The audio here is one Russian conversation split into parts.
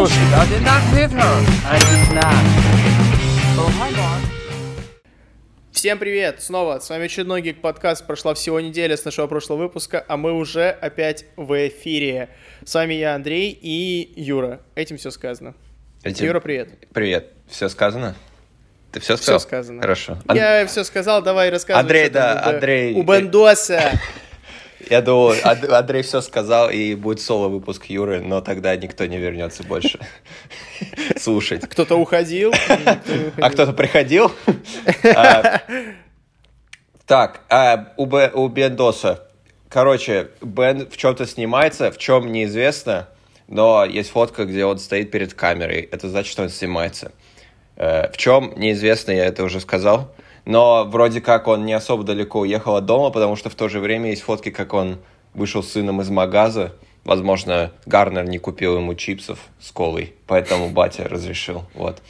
bullshit. I did not hit her. I did not. Oh my god. Всем привет! Снова с вами очередной Гик-подкаст. Прошла всего неделя с нашего прошлого выпуска, а мы уже опять в эфире. С вами я, Андрей, и Юра. Этим все сказано. Юра, привет. Привет. Все сказано? Ты все сказал? Все сказано. Хорошо. Я все сказал, давай рассказывай. Андрей, да, Андрей. У Бендоса. Я думал, Андрей все сказал, и будет соло-выпуск Юры, но тогда никто не вернется больше слушать. Кто-то уходил. А кто-то приходил? Так, у Бендоса. Короче, Бен в чем-то снимается, в чем неизвестно, но есть фотка, где он стоит перед камерой. Это значит, что он снимается. В чем неизвестно, я это уже сказал. Но вроде как он не особо далеко уехал от дома, потому что в то же время есть фотки, как он вышел с сыном из магаза. Возможно, Гарнер не купил ему чипсов с колой, поэтому батя разрешил. Вот.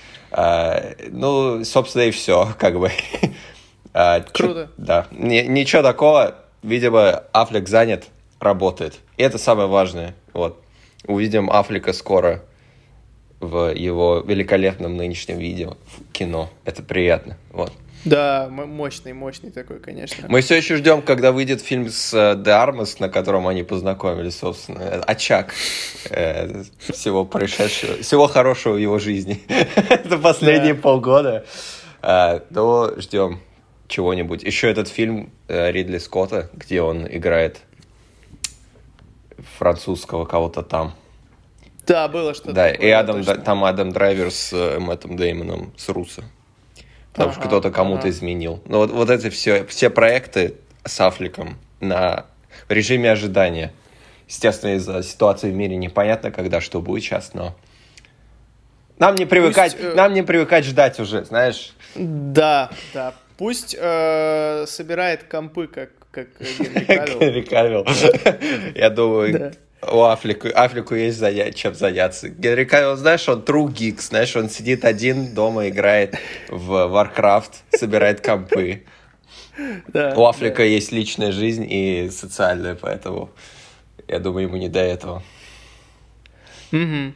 Ну, собственно, и все, как бы. Круто. Да. Ничего такого. Видимо, Аффлек занят, работает. И это самое важное. Вот. Увидим Аффлека скоро в его великолепном нынешнем видео в кино. Это приятно. Вот. Да, мощный такой, конечно. Мы все еще ждем, когда выйдет фильм с The Armist, на котором они познакомились, собственно. Очаг всего происшедшего, всего хорошего в его жизни. Это последние полгода. Но ждем чего-нибудь. Еще этот фильм Ридли Скотта, где он играет французского кого-то там. Да, было что-то. Да, такое, и там Адам Драйвер с Мэттом Деймоном, с Руссо. Потому что кто-то кому-то изменил. Но вот эти все проекты с Аффлеком в режиме ожидания. Естественно, из-за ситуации в мире непонятно, когда что будет сейчас, но нам не привыкать ждать уже, знаешь. Да. Пусть собирает компы, как Генри Кавилл. Я думаю... У Аффлеку есть чем заняться. Генри Кавилл, знаешь, он true geek, знаешь, он сидит один дома, играет в Warcraft, собирает компы. Да, у Аффлека есть личная жизнь и социальная, поэтому я думаю, ему не до этого. Угу.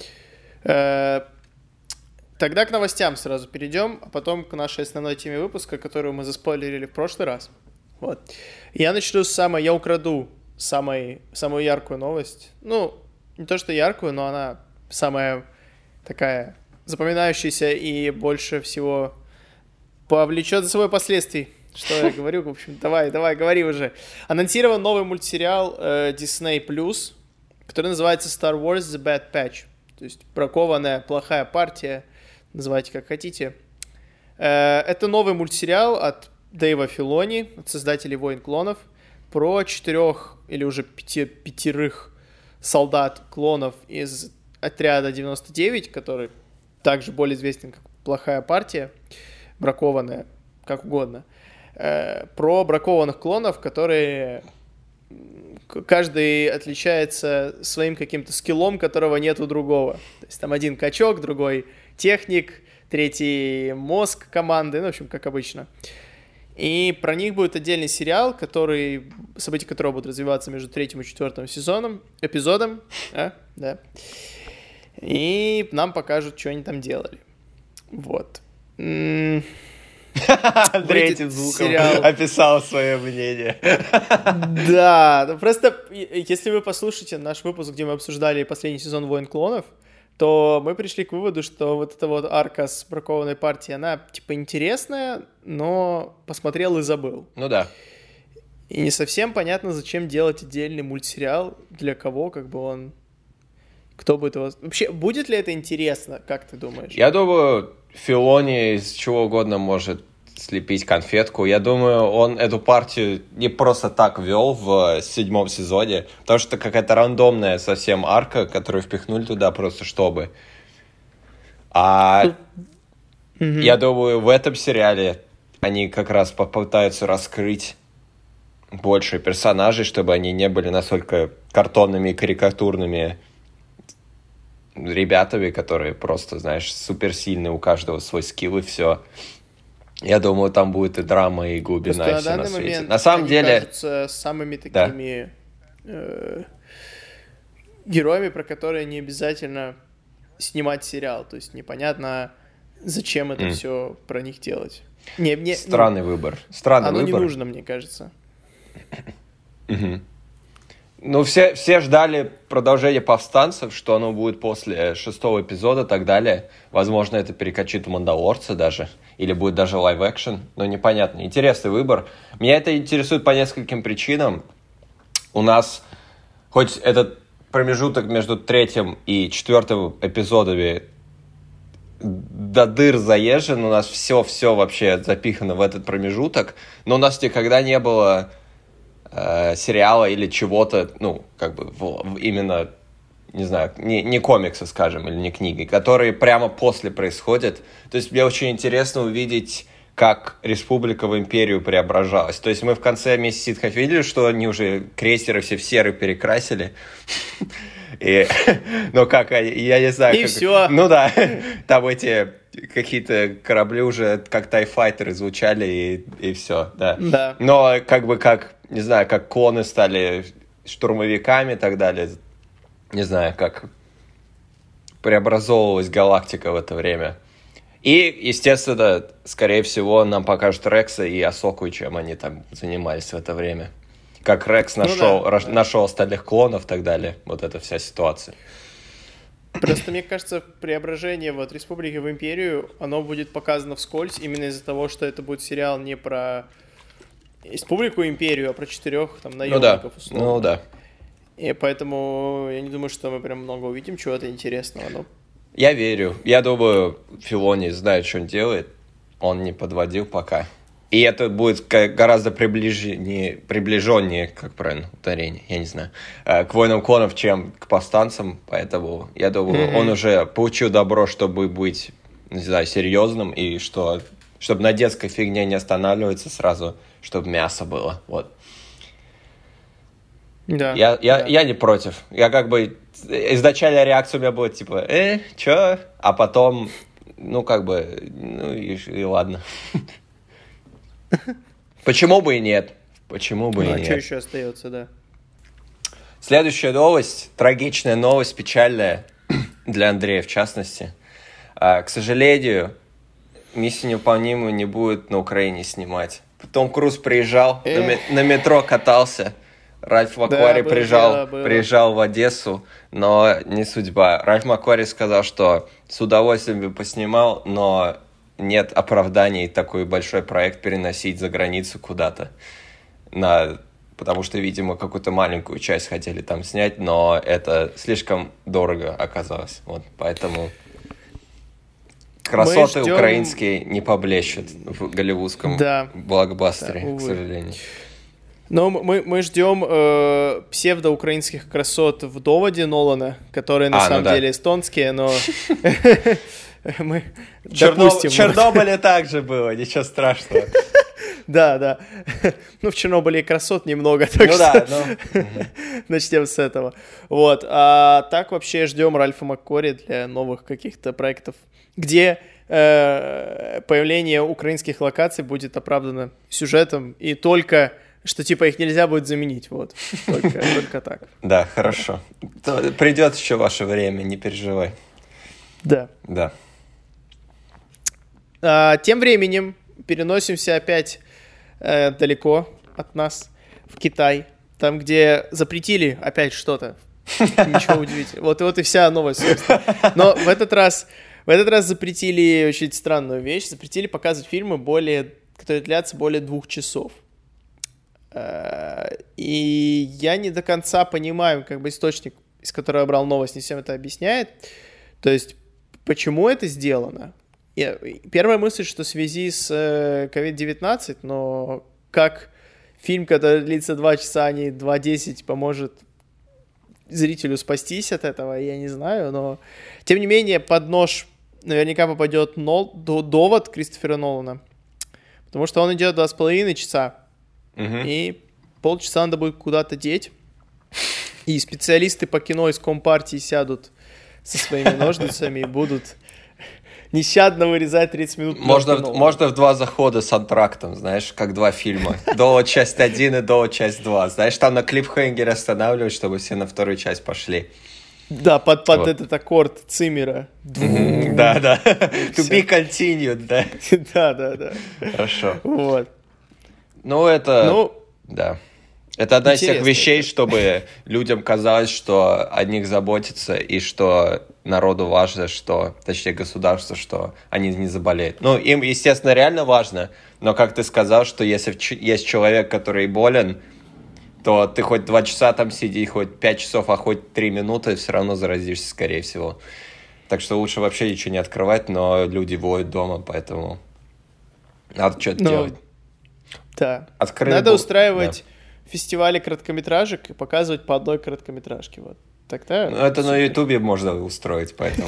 Тогда к новостям сразу перейдем, а потом к нашей основной теме выпуска, которую мы заспойлерили в прошлый раз. Вот. Я начну я украду самую яркую новость. Ну, не то, что яркую, но она самая такая запоминающаяся и больше всего повлечет за собой последствий. Что я говорю? В общем, давай, говори уже. Анонсирован новый мультсериал Disney+, который называется Star Wars The Bad Batch. То есть бракованная плохая партия, называйте как хотите. Это новый мультсериал от Дэйва Филони, от создателей «Войн клонов», про 4 или уже 5 солдат-клонов из отряда 99, который также более известен как плохая партия, бракованная, как угодно. Про бракованных клонов, которые каждый отличается своим каким-то скиллом, которого нет у другого. То есть там один качок, другой техник, третий мозг команды, ну, в общем, как обычно. И про них будет отдельный сериал, события которого будут развиваться между 3 и 4 эпизодом. Да. И нам покажут, что они там делали. Вот. Андрей этим звуком описал свое мнение. Да, просто если вы послушаете наш выпуск, где мы обсуждали последний сезон «Войн клонов», то мы пришли к выводу, что вот эта вот арка с бракованной партией, она типа интересная, но посмотрел и забыл. Ну да. И не совсем понятно, зачем делать отдельный мультсериал, для кого, как бы он... Кто будет его... Вообще, будет ли это интересно, как ты думаешь? Я думаю, Филони из чего угодно может слепить конфетку. Я думаю, он эту партию не просто так вел в 7 сезоне, потому что какая-то рандомная совсем арка, которую впихнули туда просто чтобы. Я думаю, в этом сериале они как раз попытаются раскрыть больше персонажей, чтобы они не были настолько картонными и карикатурными ребятами, которые просто, знаешь, суперсильные, у каждого свой скилл и все. Я думаю, там будет и драма, и глубина, и все на свете. На самом деле... кажутся самыми такими героями, про которые не обязательно снимать сериал. То есть непонятно, зачем это все про них делать. Странный выбор. Странный оно выбор. Не нужно, мне кажется. Ну, все ждали продолжения «Повстанцев», что оно будет после 6-го эпизода и так далее. Возможно, это перекочит в «Мандалорца» даже. Или будет даже лайв-экшен. Но непонятно. Интересный выбор. Меня это интересует по нескольким причинам. У нас, хоть этот промежуток между 3-м и 4-м эпизодами до дыр заезжен, у нас все вообще запихано в этот промежуток, но у нас никогда не было сериала или чего-то, ну, как бы именно, не знаю, не комикса, скажем, или не книги, которые прямо после происходят. То есть мне очень интересно увидеть, как Республика в Империю преображалась. То есть мы в конце «Месть ситхов» видели, что они уже крейсеры все в серый перекрасили. Ну как, я не знаю. И все. Ну да, там эти какие-то корабли уже как тайфайтеры звучали, и все, да. Да. Но как, не знаю, как клоны стали штурмовиками и так далее. Не знаю, как преобразовывалась галактика в это время. И, естественно, скорее всего, нам покажут Рекса и Асоку, чем они там занимались в это время. Как Рекс нашел остальных клонов и так далее. Вот эта вся ситуация. Просто, мне кажется, преображение вот Республики в Империю, оно будет показано вскользь именно из-за того, что это будет сериал не про Республику и Империю, а про 4 там наемников, условно. Ну да. И поэтому я не думаю, что мы прям много увидим чего-то интересного. Но... Я верю. Я думаю, Филони знает, что он делает. Он не подводил пока. И это будет гораздо приближеннее, как правильно, ударение, я не знаю, к «Войнам клонов», чем к «Повстанцам». Поэтому, я думаю, он уже получил добро, чтобы быть, не знаю, серьезным, и чтобы на детской фигне не останавливаться сразу, чтобы мясо было. Вот. Да. Я не против. Я как бы... Изначально реакция у меня была типа, чё? А потом, ну и ладно. Почему бы и нет? Почему бы и нет? А что еще остается, да? Следующая новость, трагичная новость, печальная для Андрея в частности. К сожалению, «Миссию невыполнимую» не будет на Украине снимать. Том Круз приезжал, на метро катался. Ральф Маккуари приезжал в Одессу, но не судьба. Ральф Маккуари сказал, что с удовольствием бы поснимал, но нет оправданий такой большой проект переносить за границу куда-то. Потому что, видимо, какую-то маленькую часть хотели там снять, но это слишком дорого оказалось. Вот, поэтому красоты украинские не поблещут в голливудском блокбастере, к сожалению. Но мы ждем псевдоукраинских красот в «Доводе» Нолана, которые на самом деле эстонские, но мы допустим. В Чернобыле также было, ничего страшного. Да. Ну, в Чернобыле красот немного, так что начнем с этого. Вот. А так вообще ждем Ральфа Маккуари для новых каких-то проектов, где появление украинских локаций будет оправдано сюжетом и только... Что, типа, их нельзя будет заменить, вот. Только так. Да, хорошо. Придет еще ваше время, не переживай. Да. Тем временем переносимся опять далеко от нас, в Китай, там, где запретили опять что-то. Ничего удивительного. Вот и вся новость, собственно. Но в этот раз запретили очень странную вещь. Запретили показывать фильмы, которые длятся более 2 часов. И я не до конца понимаю, как бы источник, из которого я брал новость, не всем это объясняет. То есть, почему это сделано? Первая мысль, что в связи с COVID-19, но как фильм, который длится 2 часа, а не 2:10, поможет зрителю спастись от этого, я не знаю, но тем не менее под нож наверняка попадет «Довод» Кристофера Нолана, потому что он идет 2,5 часа. И полчаса надо будет куда-то деть. И специалисты по кино из Компартии сядут со своими ножницами и будут нещадно вырезать 30 минут. Можно в 2 захода с антрактом, знаешь, как 2 фильма. До часть 1 и до часть 2. Знаешь, там на клиффхенгере останавливают, чтобы все на вторую часть пошли. Да, под этот аккорд Циммера. Да. To be continued, да. Да. Хорошо. Вот. Да. Это одна из тех вещей, чтобы людям казалось, что о них заботятся, и что народу важно, точнее государству, что они не заболеют. Им, естественно, реально важно, но как ты сказал, что если есть человек, который болен, то ты хоть 2 часа там сиди, хоть 5 часов, а хоть 3 минуты, все равно заразишься, скорее всего. Так что лучше вообще ничего не открывать, но люди воют дома, поэтому надо что-то делать. Да. Надо устраивать фестивали короткометражек и показывать по одной короткометражке. Вот. Тогда... это на Ютубе можно устроить, поэтому...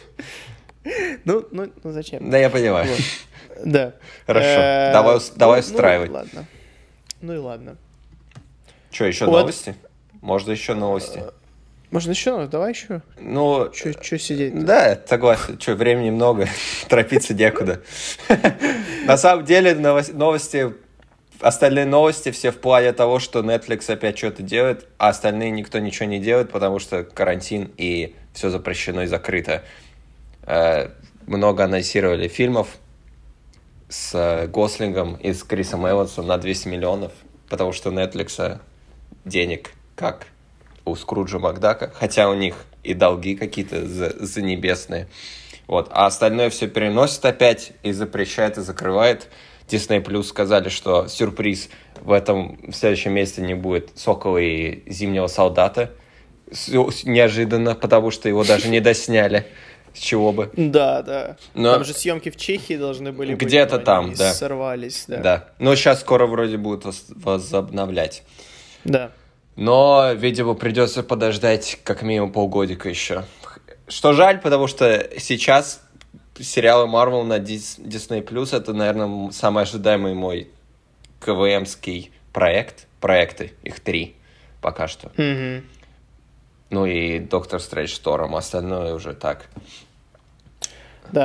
Зачем? Да, я понимаю. Да. Хорошо, давай устраивать. Ладно. Ну и ладно. Что, еще новости? Можно еще новости. Можно еще? Давай еще. Че сидеть? Да, согласен. Что, времени много, торопиться некуда. На самом деле, новости... Остальные новости все в плане того, что Netflix опять что-то делает, а остальные никто ничего не делает, потому что карантин и все запрещено и закрыто. Много анонсировали фильмов с Гослингом и с Крисом Эвансом на 200 миллионов, потому что у Netflix денег, как у Скруджа Макдака, хотя у них и долги какие-то занебесные. Вот. А остальное все переносит опять и запрещает, и закрывает. Disney Plus сказали, что сюрприз в следующем месяце не будет «Сокола» и «Зимнего солдата». Неожиданно, потому что его даже не досняли. С чего бы. Да. Там же съемки в Чехии должны были быть. Где-то там, да. Сорвались, да. Да. Но сейчас скоро вроде будут возобновлять. Да. Но, видимо, придется подождать как минимум полгодика еще. Что жаль, потому что сейчас... Сериалы Marvel на Disney Plus это, наверное, самый ожидаемый мой КВМский проект. Проекты, их 3 пока что. Mm-hmm. Ну и Доктор Стрэндж с Тором, остальное уже так. Да,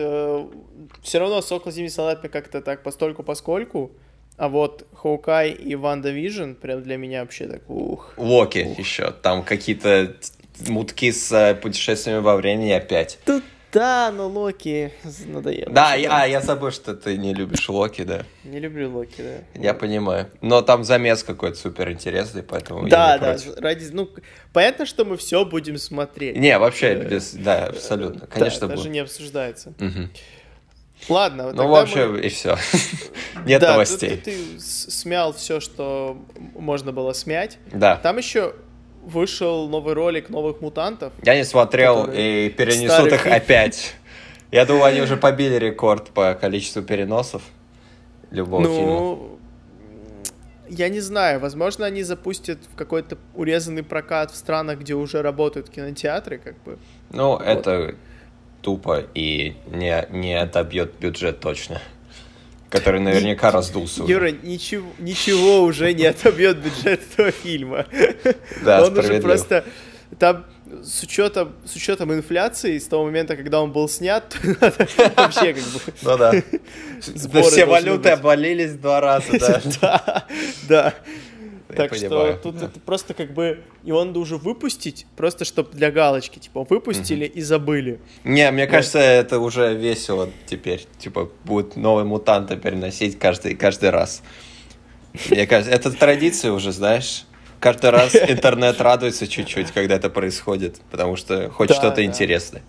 все равно «Сокол Зимний солдат» мне как-то так постольку-поскольку, а вот «Хоукай» и «Ванда Вижн» прям для меня вообще так Локи еще, там какие-то мутки с путешествиями во времени опять. Да, но Локи надоело. Да, я забыл, что ты не любишь Локи, да. Не люблю Локи, да. Я понимаю. Но там замес какой-то супер интересный, поэтому я не против. Понятно, что мы все будем смотреть. Не, вообще, да, абсолютно. Конечно, даже не обсуждается. Угу. Ладно. В общем, и все. Нет новостей. Ты смял все, что можно было смять. Да. Там еще... Вышел новый ролик новых мутантов. Я не смотрел и перенесут их опять. Я думаю, они уже побили рекорд по количеству переносов любого фильма. Я не знаю. Возможно, они запустят в какой-то урезанный прокат в странах, где уже работают кинотеатры, как бы. Это тупо и не отобьет бюджет точно. Который наверняка раздулся. Юра, ничего уже не отобьет бюджет этого фильма. Да, он уже просто... Там с учетом инфляции, с того момента, когда он был снят, вообще как бы... Ну да. Все валюты обвалились 2 раза, да. Да. Так что тут это просто как бы... И он уже выпустить, просто чтобы для галочки, типа, выпустили и забыли. Не, мне кажется, это уже весело теперь. Типа, будут новые мутанты переносить каждый раз. Мне кажется, это традиция уже, знаешь. Каждый раз интернет радуется чуть-чуть, когда это происходит, потому что хоть что-то интересное.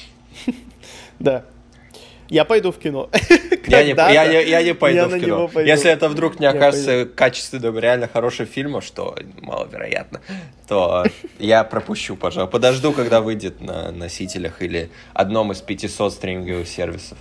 Да. Я пойду в кино. Я не пойду в кино. Если это вдруг не окажется качественным, реально хорошим фильмом, что маловероятно, то я пропущу, пожалуй. Подожду, когда выйдет на носителях или одном из 500 стриминговых сервисов.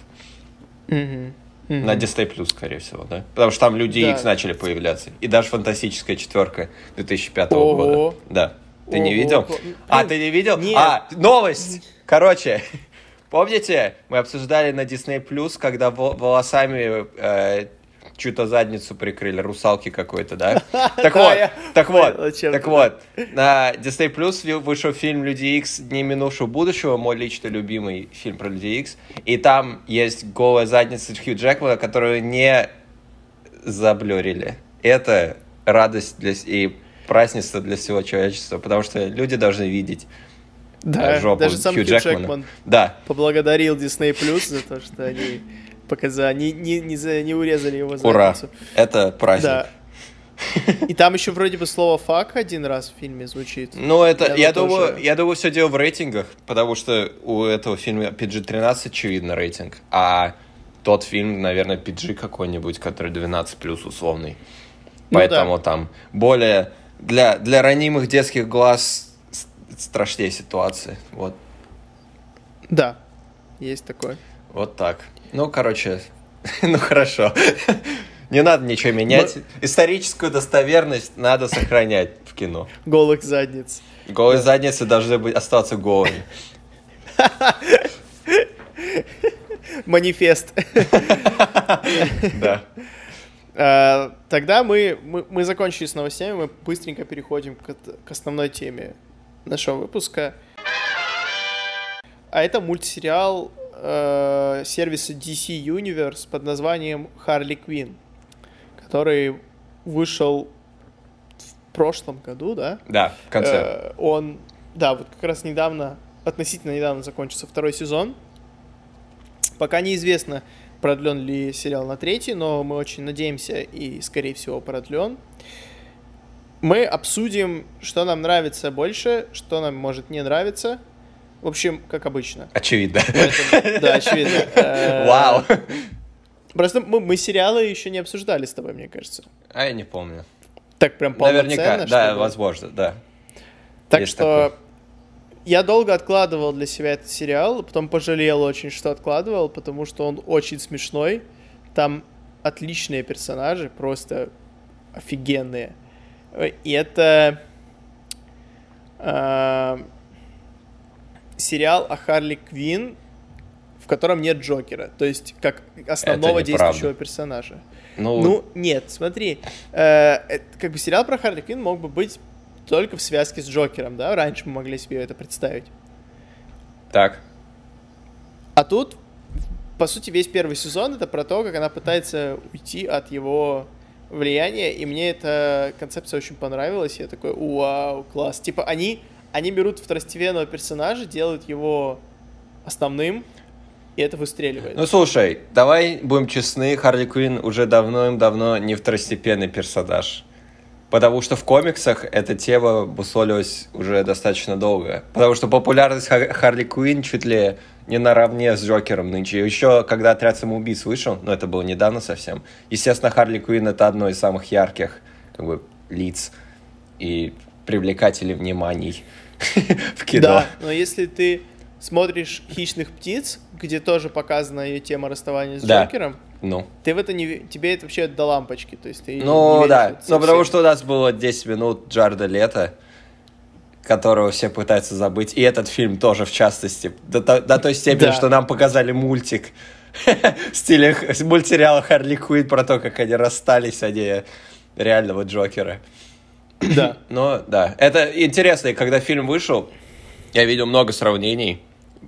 На Disney Plus, скорее всего, да? Потому что там Люди Икс начали появляться. И даже Фантастическая 4 2005 года. Да. Ты не видел? Ты не видел? Нет. Новость! Короче... Помните, мы обсуждали на Disney Plus, когда волосами чью-то задницу прикрыли, русалки какой-то, да? Так вот, на Disney Plus вышел фильм «Люди Икс. Дни минувшего будущего», мой лично любимый фильм про Людей Икс, и там есть голая задница Хью Джекмана, которую не заблюрили. Это радость и празднество для всего человечества, потому что люди должны видеть жопу даже сам Хью Джекмана. Поблагодарил Disney Plus за то, что они показали, не урезали его задницу. Ура! Это праздник. Да. И там еще вроде бы слово «фак» один раз в фильме звучит. Ну, это, я думаю, все дело в рейтингах, потому что у этого фильма PG-13, очевидно, рейтинг, а тот фильм, наверное, PG какой-нибудь, который 12+, условный. Поэтому там более... Для ранимых детских глаз страшнее ситуации. Вот. Да, есть такое. Вот так. Ну, короче, ну хорошо. Не надо ничего менять. Историческую достоверность надо сохранять в кино. Голых задниц. Голые задницы должны остаться голыми. Манифест. Да. Тогда мы закончили с новостями, мы быстренько переходим к основной теме нашего выпуска. А это мультсериал сервиса DC Universe под названием «Харли Квинн», который вышел в прошлом году, да? Да, в конце. Вот как раз относительно недавно закончился второй сезон. Пока неизвестно, продлен ли сериал на третий, но мы очень надеемся и, скорее всего, продлен. Мы обсудим, что нам нравится больше, что нам может не нравиться. В общем, как обычно. Очевидно. Да, очевидно. Вау. Просто мы сериалы еще не обсуждали с тобой, мне кажется. А я не помню. Так прям полноценно. Наверняка, да, возможно, да. Так что я долго откладывал для себя этот сериал, потом пожалел очень, что откладывал, потому что он очень смешной. Там отличные персонажи, просто офигенные. И это сериал о Харли Квинн, в котором нет Джокера, то есть как основного действующего персонажа. Ну, нет, смотри, как бы сериал про Харли Квинн мог бы быть только в связке с Джокером, да? Раньше мы могли себе это представить. Так. А тут, по сути, весь первый сезон — это про то, как она пытается уйти от его влияния, и мне эта концепция очень понравилась. Я такой, вау, класс. Типа они берут второстепенного персонажа, делают его основным, и это выстреливает. Ну, слушай, давай будем честны, Харли Квинн уже давно не второстепенный персонаж. Потому что в комиксах эта тема мусолилась уже достаточно долго. Потому что популярность Харли Квинн чуть ли не наравне с Джокером нынче. Еще когда «Отряд самоубийц» вышел, но это было недавно совсем, естественно, Харли Квинн — это одно из самых ярких лиц и привлекателей вниманий в кино. Да, но если ты смотришь «Хищных птиц», где тоже показана ее тема расставания с Джокером, ты в это тебе это вообще до лампочки, то есть ты не веришь, потому что у нас было 10 минут Джареда Лето, которого все пытаются забыть, и этот фильм тоже, в частности, до той степени, что нам показали мультик в стиле мультсериала Харли Квинн про то, как они расстались, а не реального Джокера. Да. Но, да, это интересно, и когда фильм вышел, я видел много сравнений,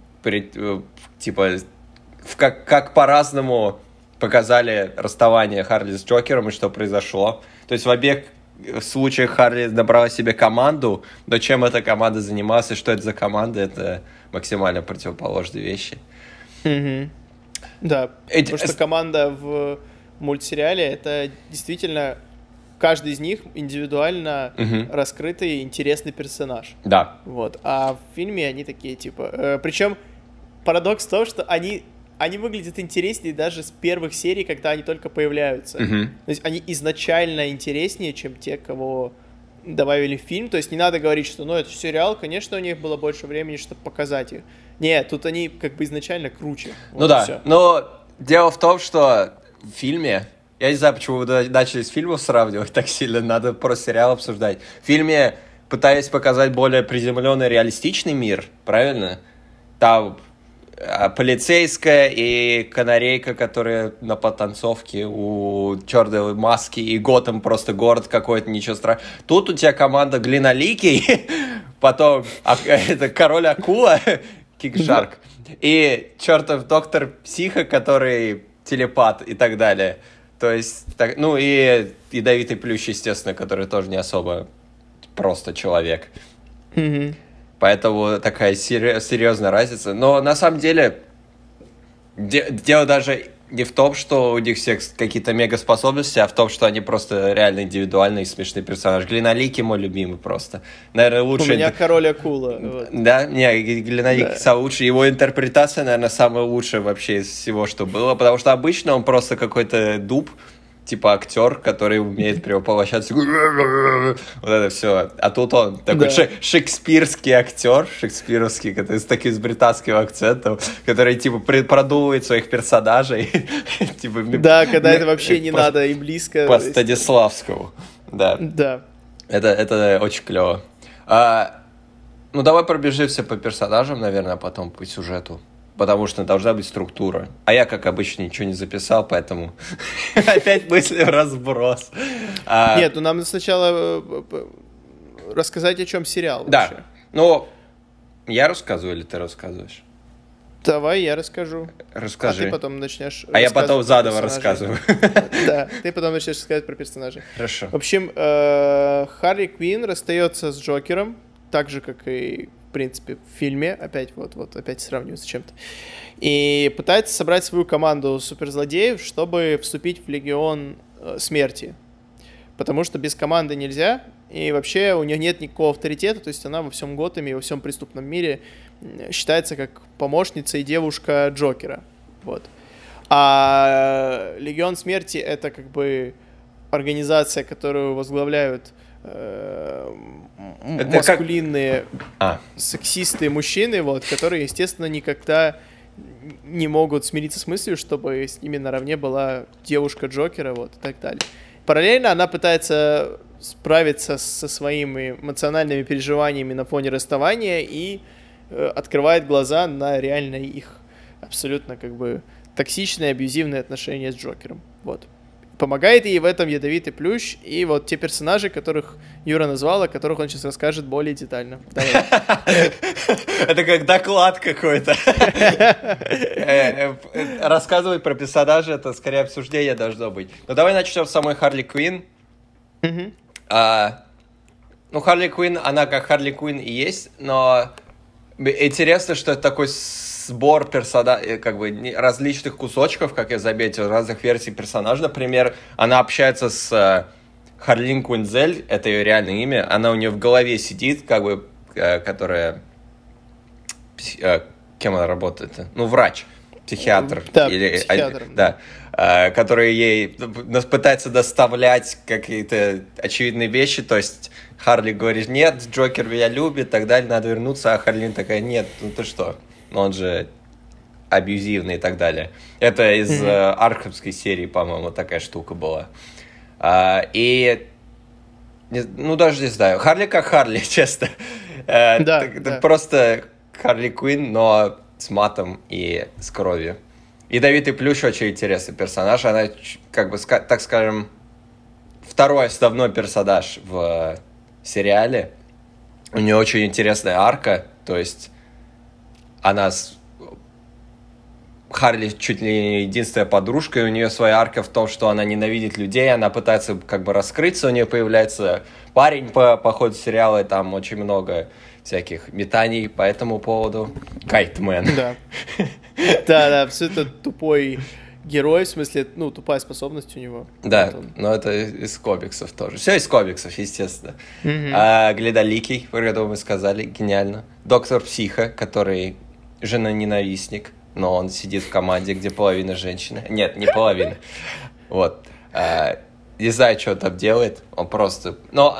типа, как по-разному показали расставание Харли с Джокером и что произошло. То есть в обеих случаях Харли набрала себе команду, но чем эта команда занималась и что это за команда, это максимально противоположные вещи. Mm-hmm. Да, потому что команда в мультсериале — это действительно каждый из них индивидуально раскрытый и интересный персонаж. Да. Вот. А в фильме они такие, типа... Причем парадокс в том, что они выглядят интереснее даже с первых серий, когда они только появляются. То есть они изначально интереснее, чем те, кого добавили в фильм. То есть не надо говорить, что это сериал, конечно, у них было больше времени, чтобы показать их. Нет, тут они как бы изначально круче. Вот да, все. Но дело в том, что в фильме... Я не знаю, почему вы начали с фильмов сравнивать так сильно, надо просто сериал обсуждать. В фильме пытались показать более приземленный, реалистичный мир, правильно? Там полицейская и канарейка, которые на потанцовке у черной маски, и Готэм просто город какой-то, ничего страшного. Тут у тебя команда Глиноликий, потом это Король Акула, Кинг-Шарк, и чертов доктор Психо, который телепат и так далее. То есть, ну и ядовитый плющ, естественно, который тоже не особо просто человек. Поэтому такая серьезная разница. Но на самом деле дело даже не в том, что у них всех какие-то мегаспособности, а в том, что они просто реально индивидуальные и смешные персонажи. Глиноликий мой любимый просто. Наверное, лучший... У меня Король Акула. Вот. Да? Не, Глиноликий самый лучший. Его интерпретация, наверное, самая лучшая вообще из всего, что было. Потому что обычно он просто какой-то дуб, типа актер, который умеет перевоплощаться. Вот это все. А тут он такой шекспирский актер, шекспировский, который с таким британским акцентом, который типа продумывает своих персонажей. Да, когда это вообще не надо и близко. По Станиславскому. Да. Да. Это очень клево. Ну, давай пробежимся по персонажам, наверное, а потом по сюжету. Потому что должна быть структура. А я, как обычно, ничего не записал, поэтому опять мысли в разброс. Нет, ну нам сначала рассказать, о чем сериал. Да, ну, я рассказываю или ты рассказываешь? Давай, я расскажу. Расскажи. А ты потом начнешь я потом заново рассказываю. Да, ты потом начнешь рассказывать про персонажей. Хорошо. В общем, Харли Квинн расстается с Джокером, так же, как и в принципе, в фильме, опять сравниваю с чем-то, и пытается собрать свою команду суперзлодеев, чтобы вступить в Легион Смерти, потому что без команды нельзя, и вообще у нее нет никакого авторитета, то есть она во всем Готэме и во всем преступном мире считается как помощница и девушка Джокера, вот. А Легион Смерти — это как бы организация, которую возглавляют маскулинные, сексистые мужчины, вот, которые, естественно, никогда не могут смириться с мыслью, чтобы с ними наравне была девушка Джокера, вот, и так далее. Параллельно она пытается справиться со своими эмоциональными переживаниями на фоне расставания и открывает глаза на реальные их абсолютно как бы токсичные, абьюзивные отношения с Джокером, вот. Помогает ей в этом ядовитый плющ и вот те персонажи, которых Юра назвал, о которых он сейчас расскажет более детально. Это как доклад какой-то. Рассказывать про персонажей — это скорее обсуждение должно быть. Но давай начнем с самой Харли Квинн. Ну, Харли Квинн, она как Харли Квинн и есть, но интересно, что это такой сбор персонажей, как бы различных кусочков, как я заметил, разных версий персонажа. Например, она общается с Харлин Квинзель, это ее реальное имя, она у нее в голове сидит, как бы, которая... Кем она работает? Ну, врач, психиатр. Да, психиатр. Да, который ей пытается доставлять какие-то очевидные вещи, то есть Харли говорит: нет, Джокер меня любит, так далее, надо вернуться, а Харлин такая: нет, ну ты что? Он же абьюзивный и так далее. Это из Аркхемской серии, по-моему, такая штука была. И, ну, даже не знаю. Харли как Харли, честно. Да. Просто Харли Квинн, но с матом и с кровью. Ядовитый плющ очень интересный персонаж. Она, как бы, так скажем, второй основной персонаж в сериале. У нее очень интересная арка, то есть Харли чуть ли не единственная подружка, и у нее своя арка в том, что она ненавидит людей, она пытается как бы раскрыться, у нее появляется парень по ходу сериала, и там очень много всяких метаний по этому поводу. Кайтмен. Да. Да, абсолютно тупой герой, в смысле, ну, тупая способность у него. Да, но это из комиксов тоже. Все из комиксов, естественно. Глиноликий, про которого мы сказали, гениально. Доктор Психо, который жена-ненавистник, но он сидит в команде, где половина женщины. Нет, не половина. Вот. Не знаю, что он там делает. Он просто...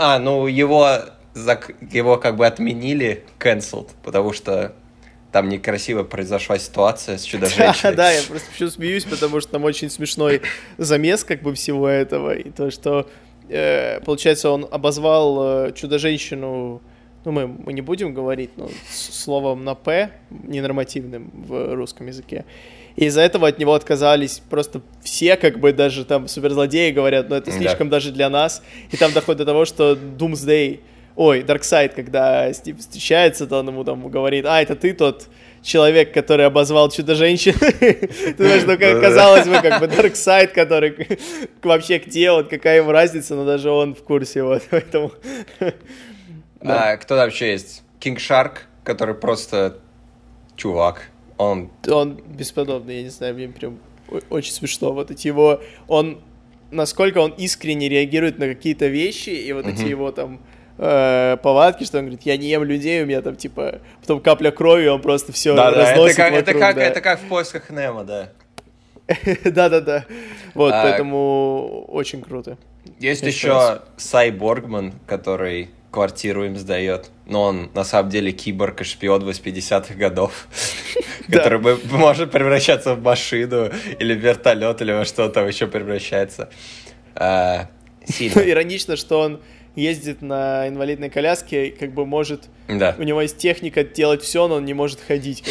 Его как бы отменили, cancelled, потому что там некрасиво произошла ситуация с Чудо-женщиной. Да, я просто почему смеюсь, потому что там очень смешной замес как бы всего этого. И то, что, получается, он обозвал Чудо-женщину ну, мы не будем говорить, но словом на «п» ненормативным в русском языке. И из-за этого от него отказались просто все, как бы даже там суперзлодеи говорят, но это слишком даже для нас. И там доходит до того, что Дарксайд, когда с ним встречается, то он ему там говорит: это ты тот человек, который обозвал Чудо-женщину. Ты знаешь, ну, казалось бы, как бы Дарксайд, который вообще где он, какая ему разница, но даже он в курсе, вот, поэтому... Кто там еще есть? Кинг Шарк, который просто чувак. Он бесподобный, я не знаю, мне прям очень смешно. Вот эти его... Насколько он искренне реагирует на какие-то вещи, и вот эти его там повадки, что он говорит: я не ем людей, у меня там типа потом капля крови, он просто все разносит вокруг. Это как в «Поисках Немо», да. Да. Вот, поэтому очень круто. Есть еще Сай Боргман, который квартиру им сдает, но он на самом деле киборг и шпион 80-х годов, который может превращаться в машину или в вертолет, или во что там еще превращается. Иронично, что он ездит на инвалидной коляске, как бы может... Да. У него есть техника делать все, но он не может ходить.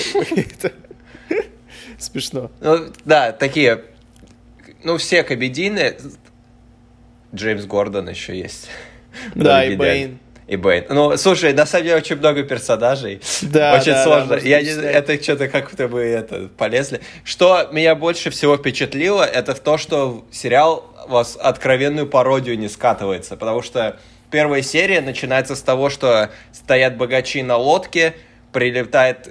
Смешно. Ну, да, такие... Ну, все комедийные. Джеймс Гордон еще есть. Да, и Бэйн. Ну, слушай, на самом деле очень много персонажей. Да, очень сложно. Это что-то как-то мы полезли. Что меня больше всего впечатлило, это то, что сериал вас откровенную пародию не скатывается. Потому что первая серия начинается с того, что стоят богачи на лодке, прибегает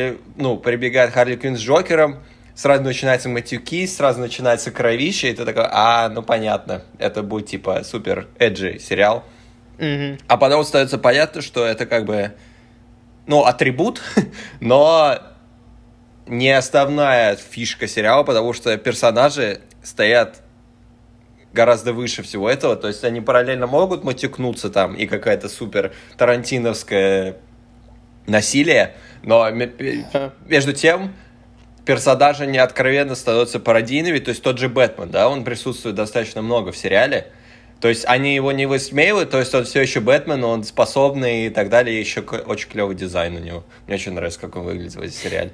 Харли Квинн с Джокером, сразу начинаются матюки, сразу начинается кровище, и ты такой: ну понятно, это будет типа супер эджи сериал. Mm-hmm. А потом становится понятно, что это как бы, атрибут, но не основная фишка сериала, потому что персонажи стоят гораздо выше всего этого, то есть они параллельно могут матюкнуться там и какая-то супер тарантиновское насилие, но между тем персонажи не откровенно становятся пародийными, то есть тот же Бэтмен, да, он присутствует достаточно много в сериале, то есть они его не высмеивают, то есть он все еще Бэтмен, он способный и так далее, и еще очень клевый дизайн у него. Мне очень нравится, как он выглядит в этом сериале.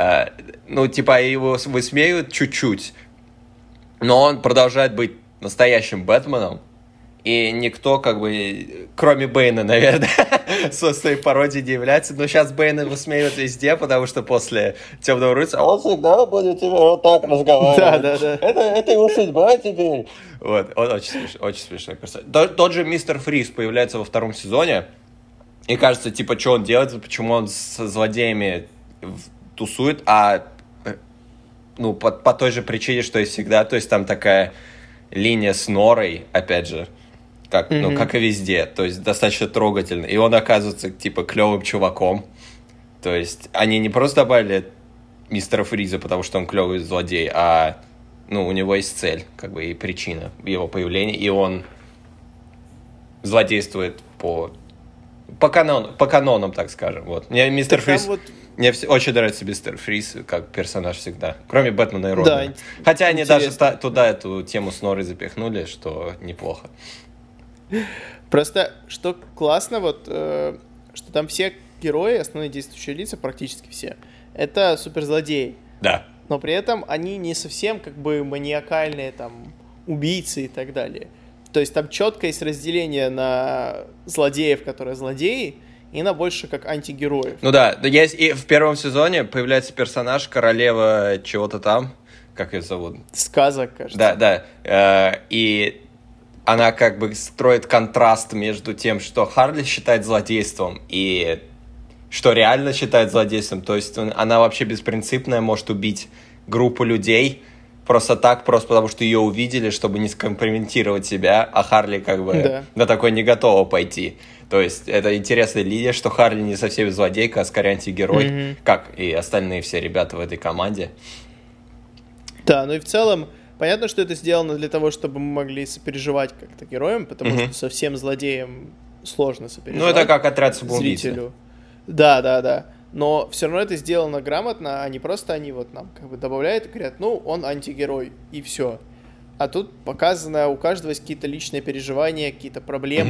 Его высмеивают чуть-чуть, но он продолжает быть настоящим Бэтменом, и никто, как бы, кроме Бэйна, наверное, со своей пародией не является. Но сейчас Бэйна высмеивают везде, потому что после «Темного рыцаря» он всегда будет вот так разговаривать. Да. Это его судьба теперь. Вот, он очень смешной персонаж. Тот же Мистер Фриз появляется во втором сезоне, и кажется, типа, что он делает, почему он со злодеями тусует, по той же причине, что и всегда, то есть там такая линия с Норой, опять же, как и везде, то есть достаточно трогательно. И он оказывается, типа, клевым чуваком. То есть они не просто добавили Мистера Фриза, потому что он клевый злодей, а у него есть цель, как бы, и причина его появления, и он злодействует по канонам, так скажем. Вот. Мне Мистер Фриз... Мне очень нравится Мистер Фриз как персонаж всегда, кроме Бэтмена и Робина. Да, хотя они даже туда эту тему с Норой запихнули, что неплохо. Просто, что классно, что там все герои, основные действующие лица, практически все, это суперзлодеи. Да. Но при этом они не совсем как бы маниакальные там убийцы и так далее. То есть там четко есть разделение на злодеев, которые злодеи, и на больше как антигероев. Ну да, есть и в первом сезоне появляется персонаж, королева чего-то там, как ее зовут? Сказок, кажется. Да, и она как бы строит контраст между тем, что Харли считает злодейством, и что реально считает злодейством. То есть она вообще беспринципная, может убить группу людей просто так, просто потому что ее увидели, чтобы не скомпрометировать себя, а Харли как бы на такое не готова пойти. То есть это интересная линия, что Харли не совсем злодейка, а скорее антигерой, как и остальные все ребята в этой команде. Да, ну и в целом понятно, что это сделано для того, чтобы мы могли сопереживать как-то героям, потому что совсем злодеям сложно сопереживать. Ну это как «Отряд самоубийц». Зрителю. Да. Но все равно это сделано грамотно, а не просто они вот нам как бы добавляют и говорят: он антигерой, и все. А тут показано, у каждого есть какие-то личные переживания, какие-то проблемы,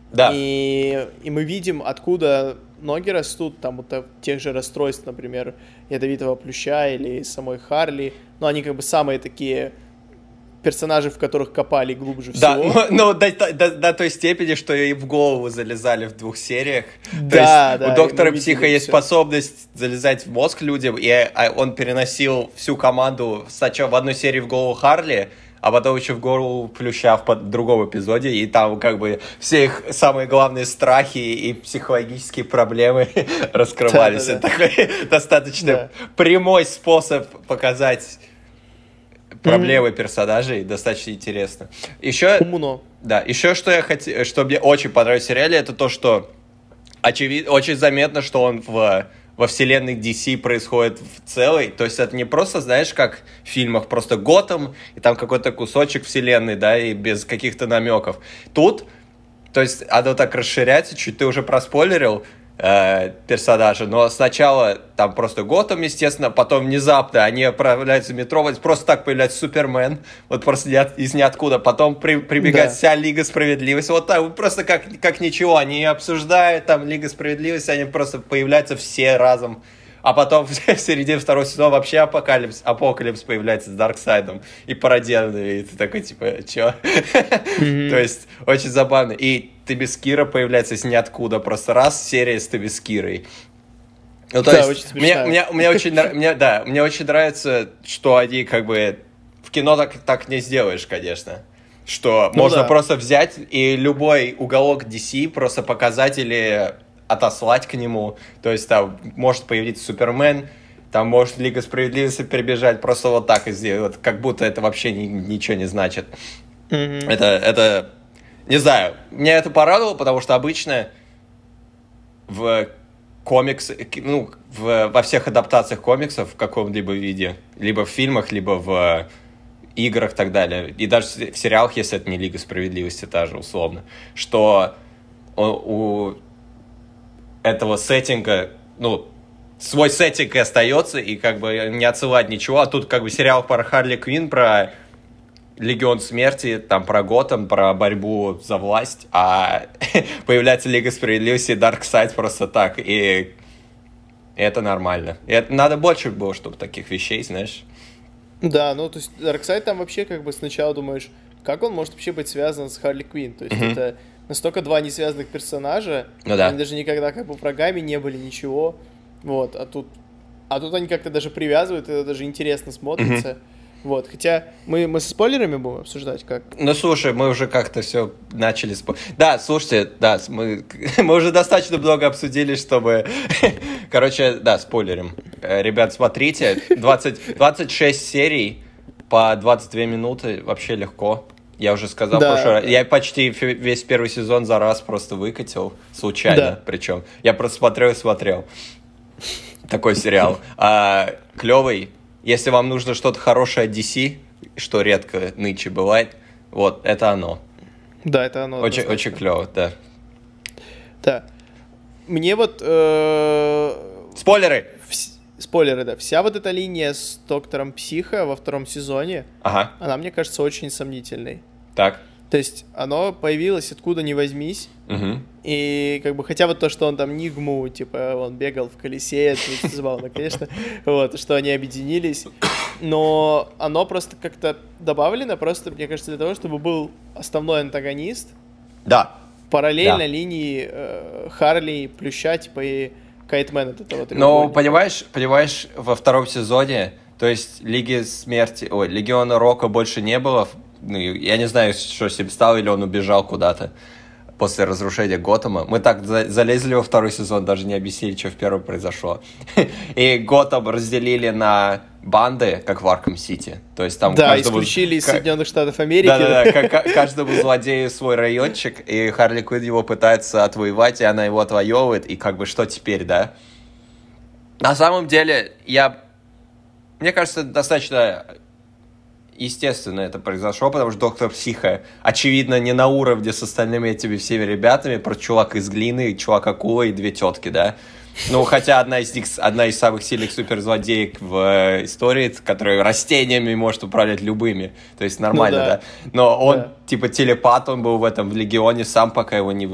Да. И мы видим, откуда ноги растут, там вот тех же расстройств, например, ядовитого плюща или самой Харли. Но они как бы самые такие персонажи, в которых копали глубже всего. Да, но до той степени, что и в голову залезали в 2 сериях. Да, То есть у доктора Психа есть способность залезать в мозг людям, и он переносил всю команду сначала в одной серии в голову Харли, а потом еще в голову Плюща в другом эпизоде, и там как бы все их самые главные страхи и психологические проблемы раскрывались. Это такой достаточно прямой способ показать проблемы персонажей, достаточно интересно. Еще, умно. Да, еще что мне очень понравилось в сериале, это то, что очень заметно, что он во вселенной DC происходит в целой. То есть это не просто, знаешь, как в фильмах, просто Готэм, и там какой-то кусочек вселенной, да, и без каких-то намеков. Тут, то есть оно так расширяется, чуть ты уже проспойлерил персонажа, но сначала там просто Готэм, естественно, потом внезапно они отправляются в метро, вот просто так появляется Супермен, вот просто из ниоткуда, потом прибегает вся Лига Справедливости, вот так, просто как ничего, они обсуждают там Лига Справедливости, они просто появляются все разом, а потом в середине 2-го сезона вообще Апокалипс появляется с Дарксайдом и пародированный, и ты такой, типа, чё? То есть, очень забавно. И Тебискира появляется из ниоткуда, просто раз серия с Тебискирой. Ну, то есть, очень смешно. Мне очень нравится, что они как бы в кино так не сделаешь, конечно. Что можно просто взять и любой уголок DC просто показать или отослать к нему. То есть там может появиться Супермен, там может Лига Справедливости перебежать, просто вот так и сделать, вот, как будто это вообще ничего не значит. Это не знаю, меня это порадовало, потому что обычно в комиксах, ну, во всех адаптациях комиксов в каком-либо виде, либо в фильмах, либо в играх и так далее, и даже в сериалах, если это не Лига Справедливости, та же условно, что у этого сеттинга, ну, свой сеттинг и остается, и как бы не отсылать ничего, а тут как бы сериал про Харли Квинн, про Легион Смерти, там про Готэм, про борьбу за власть, а появляется Лига Справедливости и Дарксайд просто так, и это нормально. И это надо больше было, чтобы таких вещей, знаешь. Да, ну, то есть Дарксайд там вообще как бы сначала думаешь, как он может вообще быть связан с Харли Квинн, то есть это настолько 2 несвязанных персонажа, они даже никогда как бы врагами не были, ничего, вот, а тут они как-то даже привязывают, это даже интересно смотрится, вот, хотя мы со спойлерами будем обсуждать, как? Ну, слушай, мы уже как-то все начали Да, слушайте, да, мы уже достаточно много обсудили, чтобы... Короче, да, спойлерим. Ребят, смотрите, 26 серий по 22 минуты, вообще легко. Я уже сказал в прошлый раз. Я почти весь первый сезон за раз просто выкатил, случайно причем. Я просто смотрел. Такой сериал. Клевый. Если вам нужно что-то хорошее от DC, что редко нынче бывает, вот, это оно. Да, это оно. Очень клево, да. Да. Мне вот... Спойлеры! Спойлеры, да. Вся вот эта линия с доктором Психо во 2-м сезоне, она, мне кажется, очень сомнительной. Так. То есть оно появилось откуда ни возьмись, и как бы, хотя вот то, что он там Нигму, типа, он бегал в колесе, это очень забавно, конечно, вот, что они объединились, но оно просто как-то добавлено, просто, мне кажется, для того, чтобы был основной антагонист, параллельно линии Харли, Плюща, типа, и Кайтмен от этого. Ну, понимаешь, во 2-м сезоне, то есть Легиона Рока больше не было. Ну, я не знаю, что с ним стало, или он убежал куда-то после разрушения Готэма. Мы так залезли во 2-й сезон, даже не объяснили, что в 1-м произошло. И Готэм разделили на банды, как в Аркхем-Сити. То есть там исключили из Соединенных Штатов Америки. Каждому злодею свой райончик, и Харли Квинн его пытается отвоевать, и она его отвоевывает, и как бы что теперь, да? На самом деле, мне кажется, достаточно естественно это произошло, потому что доктор Психо, очевидно, не на уровне с остальными этими всеми ребятами, про чувак из глины, чувак-акула и 2 тетки, да? Ну, хотя одна из самых сильных суперзлодеек в истории, которая растениями может управлять любыми. То есть нормально, да? Но он, типа, телепат, он был в Легионе сам, пока его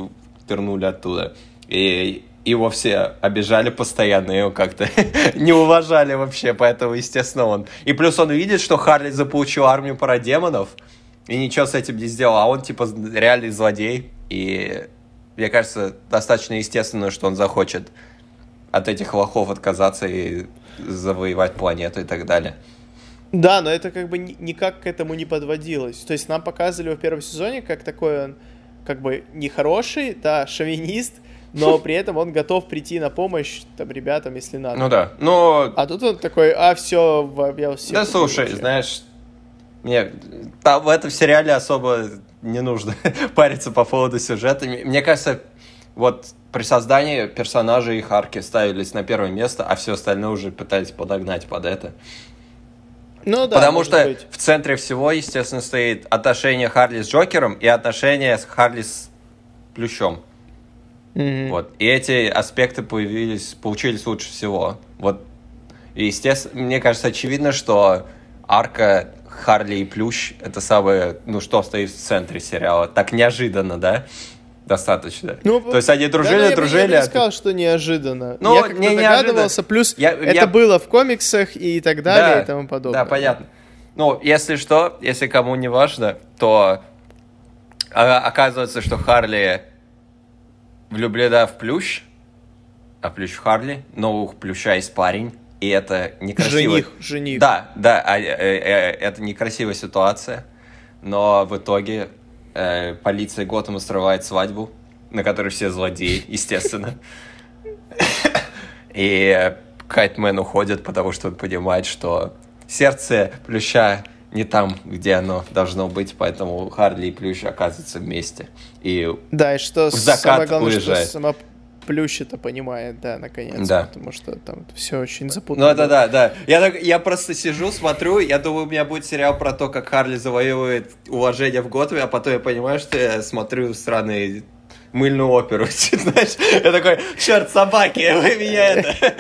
вернули оттуда. И его все обижали постоянно, его как-то не уважали вообще, поэтому, естественно, он... И плюс он видит, что Харли заполучил армию парадемонов, и ничего с этим не сделал, а он, типа, реальный злодей, и, мне кажется, достаточно естественно, что он захочет от этих лохов отказаться и завоевать планету и так далее. Да, но это как бы никак к этому не подводилось. То есть нам показывали в первом сезоне, как такой он, как бы, нехороший, да, шовинист, но при этом он готов прийти на помощь там ребятам, если надо. Ну да, но... А тут он такой, все, я все... Да, слушай, знаешь, мне в этом сериале особо не нужно париться по поводу сюжета. Мне кажется, вот при создании персонажей их арки ставились на первое место, а все остальное уже пытались подогнать под это. Ну да, потому что быть. В центре всего, естественно, стоит отношение Харли с Джокером и отношение Харли с Плющом. Mm-hmm. Вот. И эти аспекты получились лучше всего. Вот. И, естественно, мне кажется, очевидно, что арка Харли и Плющ — это самое, что стоит в центре сериала. Так неожиданно, да? Достаточно. То есть они дружили. Я бы не сказал, что неожиданно. Ну, я как-то догадывался, плюс это было в комиксах и так далее, и тому подобное. Да, понятно. Если кому не важно, то оказывается, что Харли влюблена в Плющ, а Плющ в Харли, но у Плюща есть парень, и это некрасиво. Жених. Да, это некрасивая ситуация, но в итоге полиция Готэма срывает свадьбу, на которой все злодеи, естественно. И Кайтмен уходит, потому что он понимает, что сердце Плюща не там, где оно должно быть, поэтому Харли и Плющ оказываются вместе. И да, и что в закат самое главное, уезжает. Что сама Плющ это понимает, да, наконец, да. Потому что там все очень запутано. Ну, это да. Я просто сижу, смотрю, я думаю, у меня будет сериал про то, как Харли завоевывает уважение в Готэме, а потом я понимаю, что я смотрю странный мыльную оперу, знаешь, я такой, черт, собаки, вы меня это...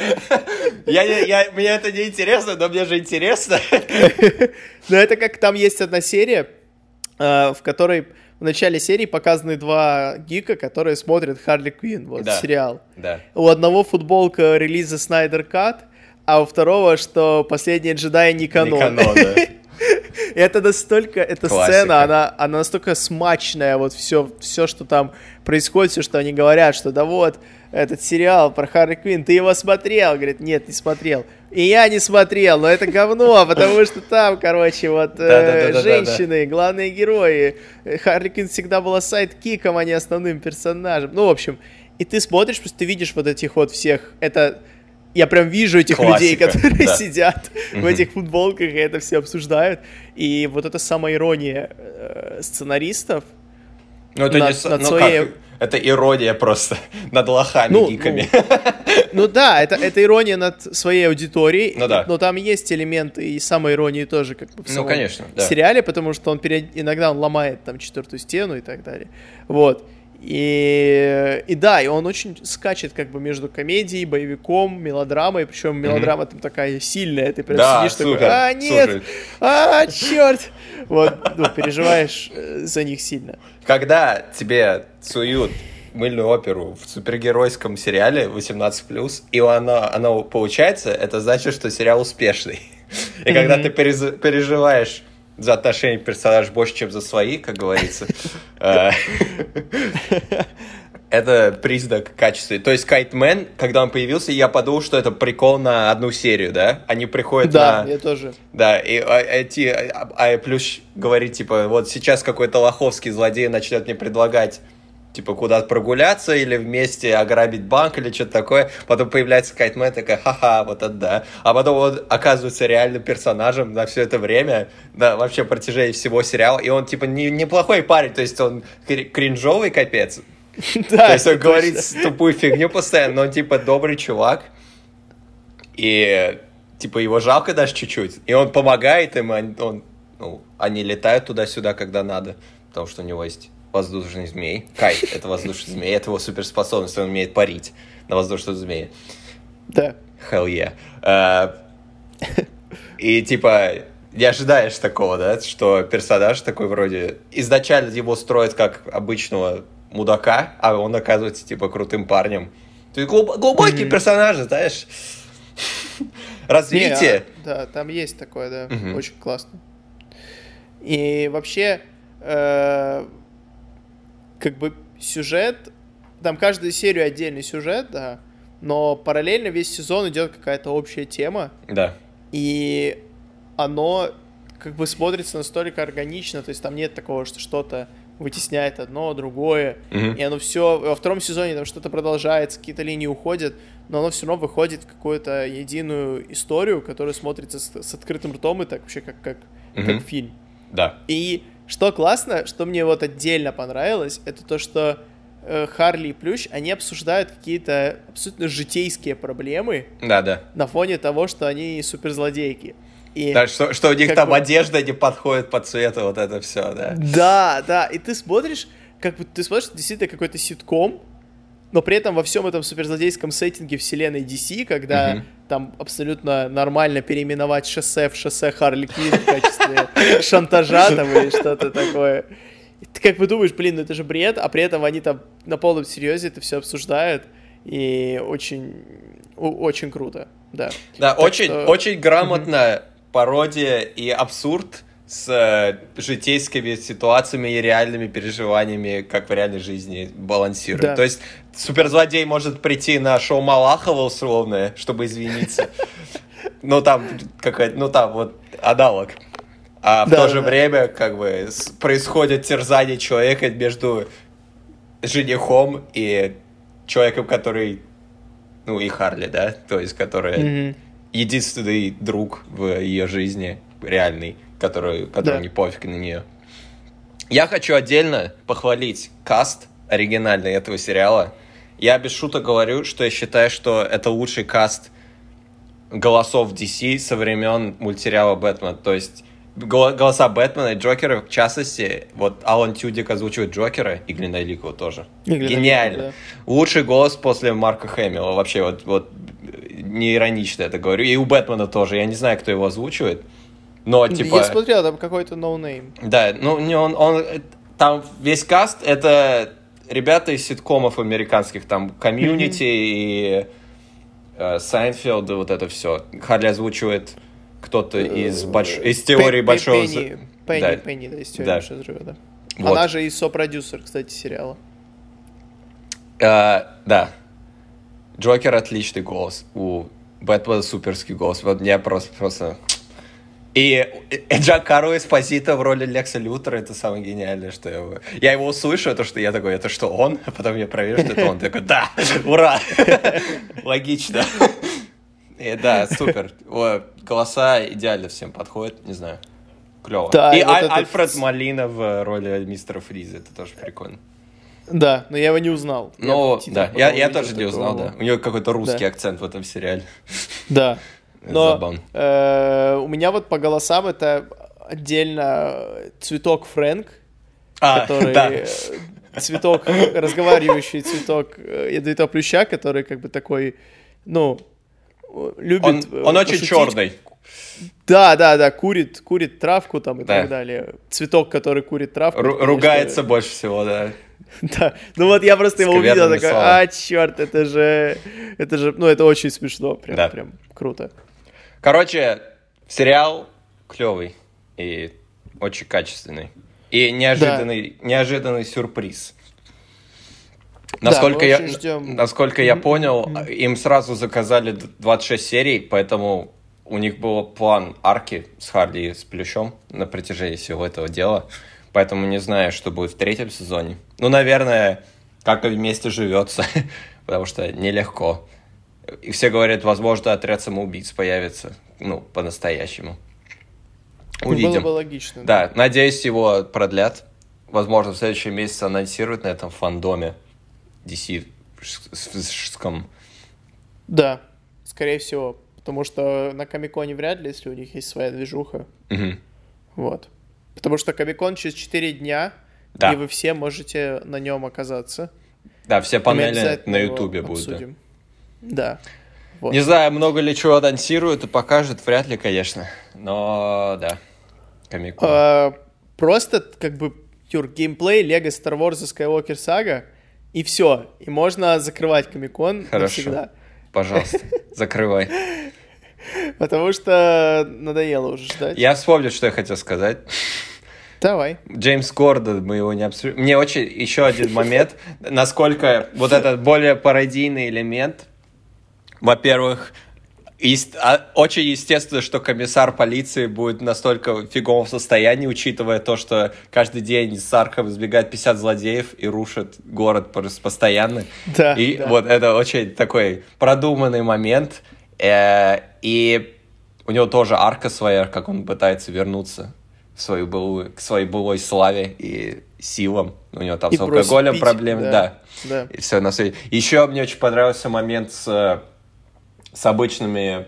Мне это не интересно, но мне же интересно. Ну, это как там есть одна серия, в которой в начале серии показаны два гика, которые смотрят Харли Квинн, сериал. Да. У одного футболка релиза Снайдер Кат, а у второго, что «Последние джедаи не канон». Не канон, да. Это настолько, эта сцена, она настолько смачная, вот все, что там происходит, все, что они говорят, что да вот, этот сериал про Харли Квинн, ты его смотрел? Говорит, нет, не смотрел. И я не смотрел, но это говно, потому что там, короче, вот женщины, главные герои. Харли Квинн всегда была сайдкиком, а не основным персонажем. Ну, в общем, и ты смотришь, просто ты видишь вот этих вот всех, это... Я прям вижу этих людей, которые сидят в этих футболках и это все обсуждают. И вот это самая ирония сценаристов. Ну, это это ирония просто над лохами гиками. Ну да, это ирония над своей аудиторией. Ну, да. Но там есть элементы и самоиронии тоже, как бы в самом сериале, потому что он иногда он ломает там четвертую стену и так далее. Вот. И да, и он очень скачет как бы между комедией, боевиком, мелодрамой, причем мелодрама там такая сильная, ты прям сидишь такой, нет, черт, вот, переживаешь за них сильно. Когда тебе суют мыльную оперу в супергеройском сериале 18+, и она получается, это значит, что сериал успешный. И когда ты переживаешь за отношения персонажа больше, чем за свои, как говорится. Это признак качества. То есть Кайтмен, когда он появился, я подумал, что это прикол на одну серию, да? Они приходят да, я тоже. Да, и плюс говорит, типа, вот сейчас какой-то лоховский злодей начнет мне предлагать типа куда-то прогуляться или вместе ограбить банк или что-то такое. Потом появляется Кайтмен, такая, ха-ха, вот это да. А потом он оказывается реальным персонажем на все это время, да, вообще протяжении всего сериала. И он типа неплохой парень, то есть он кринжовый капец. То есть он говорит тупую фигню постоянно, но он типа добрый чувак. И типа его жалко даже чуть-чуть. И он помогает им, они летают туда-сюда, когда надо, потому что у него есть воздушный змей. Кайт — это воздушный змей, это его суперспособность, он умеет парить на воздушном змее. Да. Hell yeah. И типа не ожидаешь такого, да, что персонаж такой вроде... Изначально его строят как обычного мудака, а он оказывается, типа, крутым парнем. То есть глубокие персонажи, знаешь. Развитие. Да, там есть такое, да. Очень классно. И вообще, как бы сюжет, там каждую серию отдельный сюжет, да, но параллельно весь сезон идет какая-то общая тема. Да. И оно как бы смотрится настолько органично, то есть там нет такого, что что-то вытесняет одно, другое, и оно все, во втором сезоне там что-то продолжается, какие-то линии уходят, но оно все равно выходит в какую-то единую историю, которая смотрится с открытым ртом и так вообще как фильм. Да. И что классно, что мне вот отдельно понравилось, это то, что Харли и Плющ, они обсуждают какие-то абсолютно житейские проблемы на фоне того, что они суперзлодейки. И да, что у них там одежда не подходит по цвету, вот это все, да. Да, и ты смотришь, действительно какой-то ситком, но при этом во всем этом суперзлодейском сеттинге вселенной DC, когда там абсолютно нормально переименовать шоссе в шоссе Харли Квинн в качестве шантажа там или что-то такое. И ты как бы думаешь, блин, ну это же бред, а при этом они там на полном серьезе это все обсуждают, и очень круто, да. Да, очень грамотно пародия и абсурд с житейскими ситуациями и реальными переживаниями, как в реальной жизни, балансирует. Да. То есть суперзлодей может прийти на шоу Малахова условное, чтобы извиниться. Ну там вот аналог. А в то же время как бы происходит терзание человека между женихом и человеком, который, ну и Харли, да, то есть который единственный друг в ее жизни, реальный, который не пофиг на нее. Я хочу отдельно похвалить каст оригинальный этого сериала. Я без шуток говорю, что я считаю, что это лучший каст голосов DC со времен мультсериала «Бэтмен». То есть голоса Бэтмена и Джокера, в частности, вот Алан Тюдик озвучивает Джокера и Глина Ликова тоже. Гениально. Да. Лучший голос после Марка Хэмилла. Вообще, вот не иронично это говорю. И у Бэтмена тоже. Я не знаю, кто его озвучивает. Но, типа... Я смотрел, там какой-то ноунейм. Да, ну, не он... Там весь каст — это ребята из ситкомов американских. Там Комьюнити и Сайнфилд, и вот это все. Харли озвучивает кто-то из теории большого... Пенни, да, из теории большого взрыва, да. Вот. Она же и сопродюсер, кстати, сериала. Да. Джокер — отличный голос. У Бэтмена суперский голос. Вот я просто... И Джанкаро Эспозито в роли Лекса Лютера — это самое гениальное, что я его услышу, это что я такой, это что, он? А потом я проверю, что это он. Такой, да, ура! Логично. И да, супер. Голоса идеально всем подходят, не знаю. Клево. Да, и вот Альфред Молина в роли мистера Фриза, это тоже прикольно. Да, но я его не узнал. Ну, да, я тоже не узнал, да. У него какой-то русский акцент в этом сериале. Да. Но у меня вот по голосам это отдельно цветок Фрэнк, который цветок, разговаривающий цветок ядовитого плюща, который как бы такой, ну, любит... Он очень черный. Да, курит травку там и так далее. Цветок, который курит травку. Ругается больше всего, да. Да, ну вот я просто его увидел, такой, черт, это же, ну это очень смешно, прям круто. Короче, сериал клевый и очень качественный. И неожиданный сюрприз. Насколько я понял, им сразу заказали 26 серий, поэтому у них был план арки с Харли и с Плющом на протяжении всего этого дела. Поэтому не знаю, что будет в третьем сезоне. Ну, наверное, как вместе живется, потому что нелегко. И все говорят, возможно, отряд самоубийц появится, ну, по-настоящему. Увидим. Было бы логично. Да, надеюсь, его продлят. Возможно, в следующем месяце анонсируют на этом фандоме DC-шском. Да, скорее всего. Потому что на Комик-Коне вряд ли, если у них есть своя движуха. Вот. Потому что Комик-Кон через 4 дня, и вы все можете на нем оказаться. Да, все панели на Ютубе будут. Да. Вот. Не знаю, много ли чего анонсируют и покажут, вряд ли, конечно. Но, да, Комик-Кон. Просто, как бы, Юр, геймплей Lego Star Wars The Skywalker Saga, и все. И можно закрывать Комик-кон навсегда. Пожалуйста, закрывай. Потому что надоело уже ждать. Я вспомнил, что я хотел сказать. Давай. Джеймс Гордон, мы его не обсуждали. Мне очень еще один момент, насколько вот этот более пародийный элемент, во-первых, очень естественно, что комиссар полиции будет настолько в фиговом состоянии, учитывая то, что каждый день с Арком избегает 50 злодеев и рушит город постоянно. Да, и да. вот это очень такой продуманный момент. И у него тоже арка своя, как он пытается вернуться к своей былой славе и силам. У него там и с алкоголем проблемы. Да. И все на свете. Еще мне очень понравился момент с обычными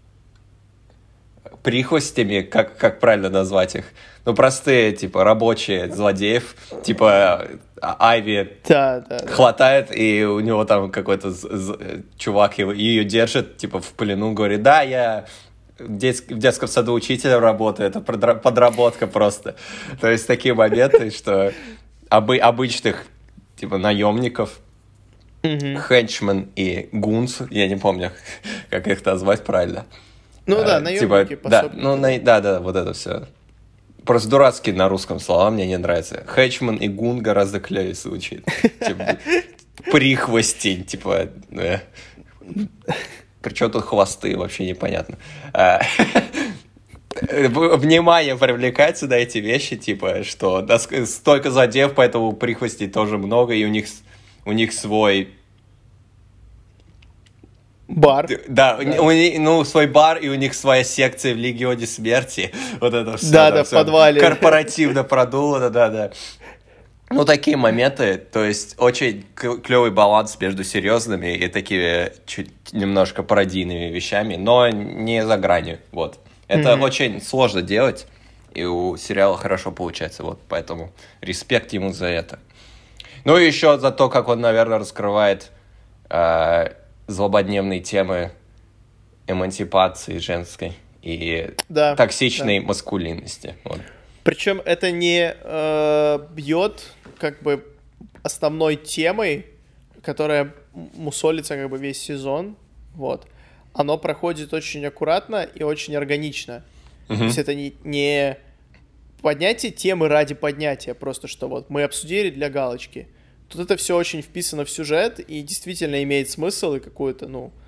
прихвостями, как правильно назвать их? Ну, простые, типа, рабочие злодеев, типа, Айви хватает, и у него там какой-то чувак ее держит, типа, в плену, говорит, да, я в детском саду учителем работаю, это подработка просто. То есть такие моменты, что обычных, типа, наемников, хенчмен и гунс, я не помню, как их назвать правильно. Ну да, наемники, пособники. Да, вот это все. Просто дурацкие на русском слова мне не нравятся. Хэтчман и гун гораздо клевее звучит. Типа, прихвостень, типа... Причем тут хвосты, вообще непонятно. Внимание привлекается на эти вещи, типа, что столько злодеев, поэтому прихвостей тоже много, и у них свой... Бар. Да, свой бар, и у них своя секция в Легионе Смерти. Вот это все. Да, в подвале. Корпоративно продумано, да. Ну, такие моменты, то есть очень клевый баланс между серьезными и такими чуть немножко пародийными вещами, но не за гранью, вот. Это очень сложно делать, и у сериала хорошо получается, вот, поэтому респект ему за это. Ну, и еще за то, как он, наверное, раскрывает злободневные темы эмансипации женской и токсичной маскулинности. Вот. Причем это не бьет как бы основной темой, которая мусолится как бы весь сезон. Вот. Оно проходит очень аккуратно и очень органично. То есть это не поднятие темы ради поднятия, просто что вот мы обсудили для галочки. Тут это все очень вписано в сюжет и действительно имеет смысл и какое-то,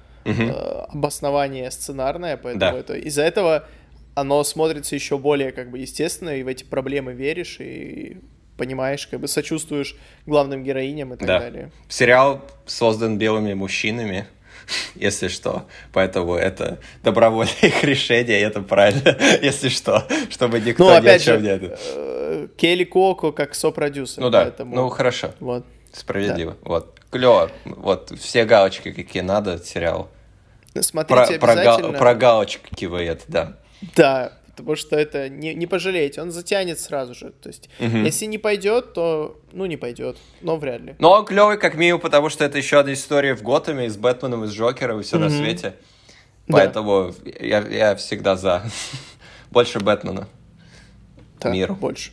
обоснование сценарное, поэтому из-за этого оно смотрится еще более как бы естественно, и в эти проблемы веришь, и понимаешь, как бы сочувствуешь главным героиням и так далее. Сериал создан белыми мужчинами, если что, поэтому это добровольное их решение, и это правильно, если что, чтобы никто ни о чем не... Келли Куоко как сопродюсер. Ну да, поэтому... хорошо, вот. Справедливо, вот, клево, вот, все галочки, какие надо, сериал. Смотрите обязательно. Прогалочкивает, да. Да, потому что это не пожалеете, он затянет сразу же. То есть, если не пойдет, то, не пойдет, но вряд ли. Но он клевый как минимум, потому что это еще одна история в Готэме, и с Бэтменом, и с Джокером, и все на свете. Поэтому я всегда за. Больше Бэтмена. Да, миру. Больше.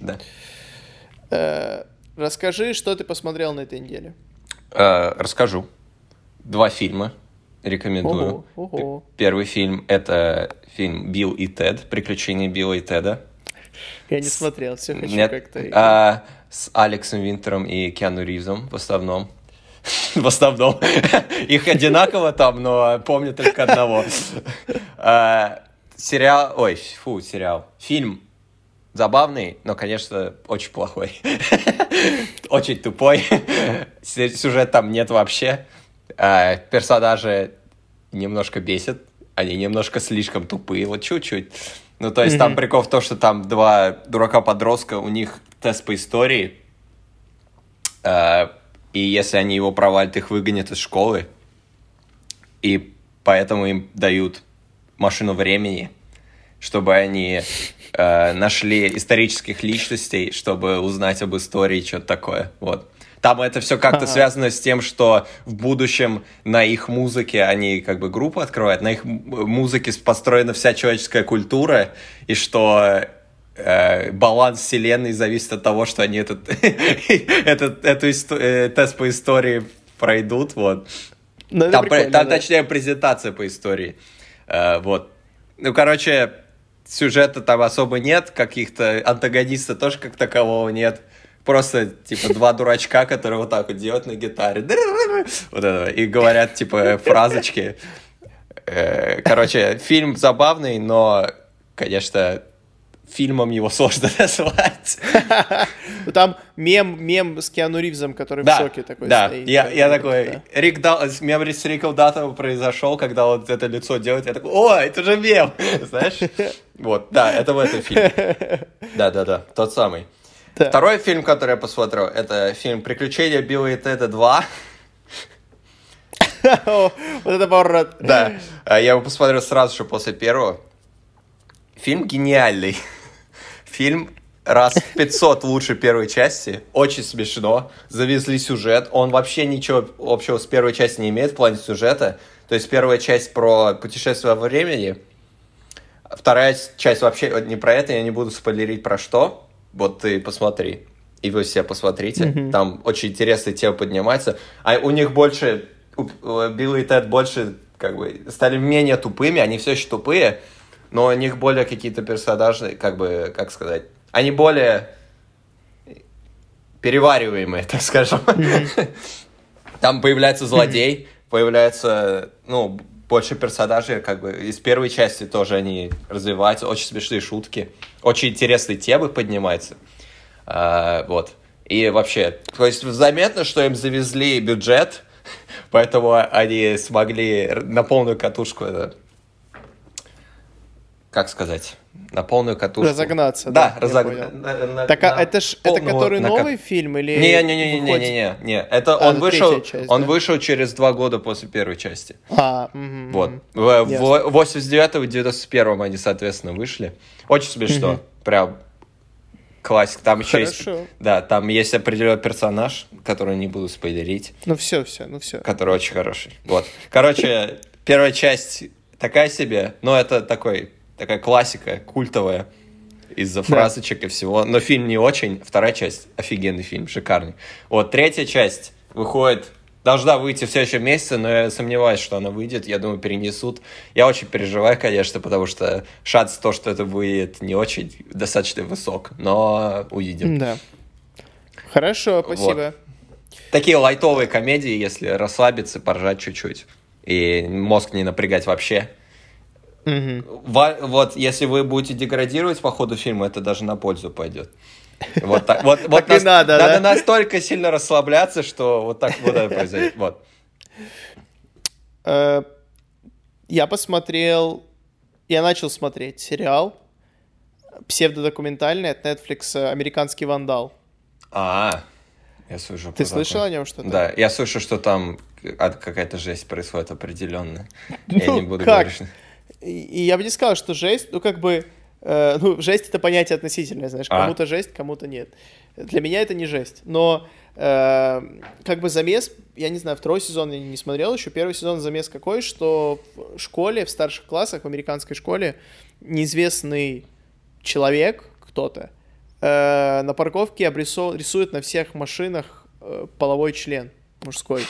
Да. Расскажи, что ты посмотрел на этой неделе. Расскажу. 2 фильма. Рекомендую. Ого. Первый фильм — это фильм «Билл и Тед», «Приключения Билла и Теда». Я не смотрел, все хочу как-то... С Алексом Винтером и Киану Ривзом в основном. В основном. Их одинаково там, но помню только одного. Сериал. Фильм забавный, но, конечно, очень плохой. Очень тупой. Сюжет там нет вообще. Персонажи немножко бесят. Они немножко слишком тупые, вот чуть-чуть. Ну, то есть там прикол в том, что там 2 дурака-подростка, у них тест по истории. И если они его провалят, их выгонят из школы. И поэтому им дают машину времени, чтобы они нашли исторических личностей, чтобы узнать об истории, что-то такое. Вот. Там это все как-то связано с тем, что в будущем на их музыке, они как бы группу открывают, на их музыке построена вся человеческая культура, и что баланс вселенной зависит от того, что они этот тест по истории пройдут, вот. Там, точнее, презентация по истории. Вот. Ну, короче, сюжета там особо нет, каких-то антагониста тоже как такового нет. Просто, типа, два дурачка, которые вот так вот делают на гитаре. Вот это, и говорят, типа, фразочки. Короче, фильм забавный, но, конечно, фильмом его сложно назвать. Там мем с Киану Ривзом, который в шоке такой стоит. Да, я такой... Мем с Риком Даттоном произошел, когда он это лицо делает. Я такой, о, это же мем! Знаешь? Вот, да, это в этом фильме. Да, тот самый. Второй фильм, который я посмотрел, это фильм «Приключения Билла и Теда 2». Вот это поворот. Да, я его посмотрел сразу же после первого. Фильм гениальный. Фильм раз в 500 лучше первой части. Очень смешно. Завезли сюжет. Он вообще ничего общего с первой частью не имеет в плане сюжета. То есть первая часть про путешествие во времени. Вторая часть вообще не про это. Я не буду спойлерить про что. Вот ты посмотри. И вы все посмотрите. Mm-hmm. Там очень интересная тема поднимается. А у них больше... Билл и Тед больше как бы стали менее тупыми. Они все еще тупые. Но у них более какие-то персонажи, как бы, как сказать, они более перевариваемые, так скажем. Mm-hmm. Там появляется злодей, появляется, больше персонажей, как бы, из первой части тоже они развиваются, очень смешные шутки, очень интересные темы поднимаются, вот. И вообще, то есть заметно, что им завезли бюджет, поэтому они смогли на полную катушку как сказать, на полную катушку. Разогнаться, да? Да, разогнаться. Так, это который новый фильм или... Не. Это он вышел через 2 года после первой части. Вот. В 89-м и 91-м они, соответственно, вышли. Очень смешно. Прям классик. Там еще есть... Да, там есть определенный персонаж, который не буду спойлерить. Все. Который очень хороший. Вот. Короче, первая часть такая себе, но это такая классика, культовая, из-за фразочек и всего. Но фильм не очень. Вторая часть — офигенный фильм, шикарный. Вот, третья часть должна выйти в следующем месяце, но я сомневаюсь, что она выйдет. Я думаю, перенесут. Я очень переживаю, конечно, потому что шанс то, что это выйдет, не очень достаточно высок. Но увидим. Да. Хорошо, спасибо. Вот. Такие лайтовые комедии, если расслабиться, поржать чуть-чуть. И мозг не напрягать вообще. Вот если вы будете деградировать по ходу фильма, это даже на пользу пойдет. Вот так. Надо настолько сильно расслабляться, что вот так вот это произойдет. Вот. Я начал смотреть сериал псевдодокументальный от Netflix «Американский вандал». Я слышу. Ты слышал о нем что-то? Да, я слышу, что там какая-то жесть происходит определенная. Я не буду говорить. И я бы не сказал, что жесть, жесть — это понятие относительное, знаешь, кому-то жесть, кому-то нет. Для меня это не жесть, но замес, я не знаю, второй сезон я не смотрел еще, первый сезон замес какой, что в школе, в старших классах, в американской школе неизвестный человек, кто-то, на парковке рисует на всех машинах половой член мужской.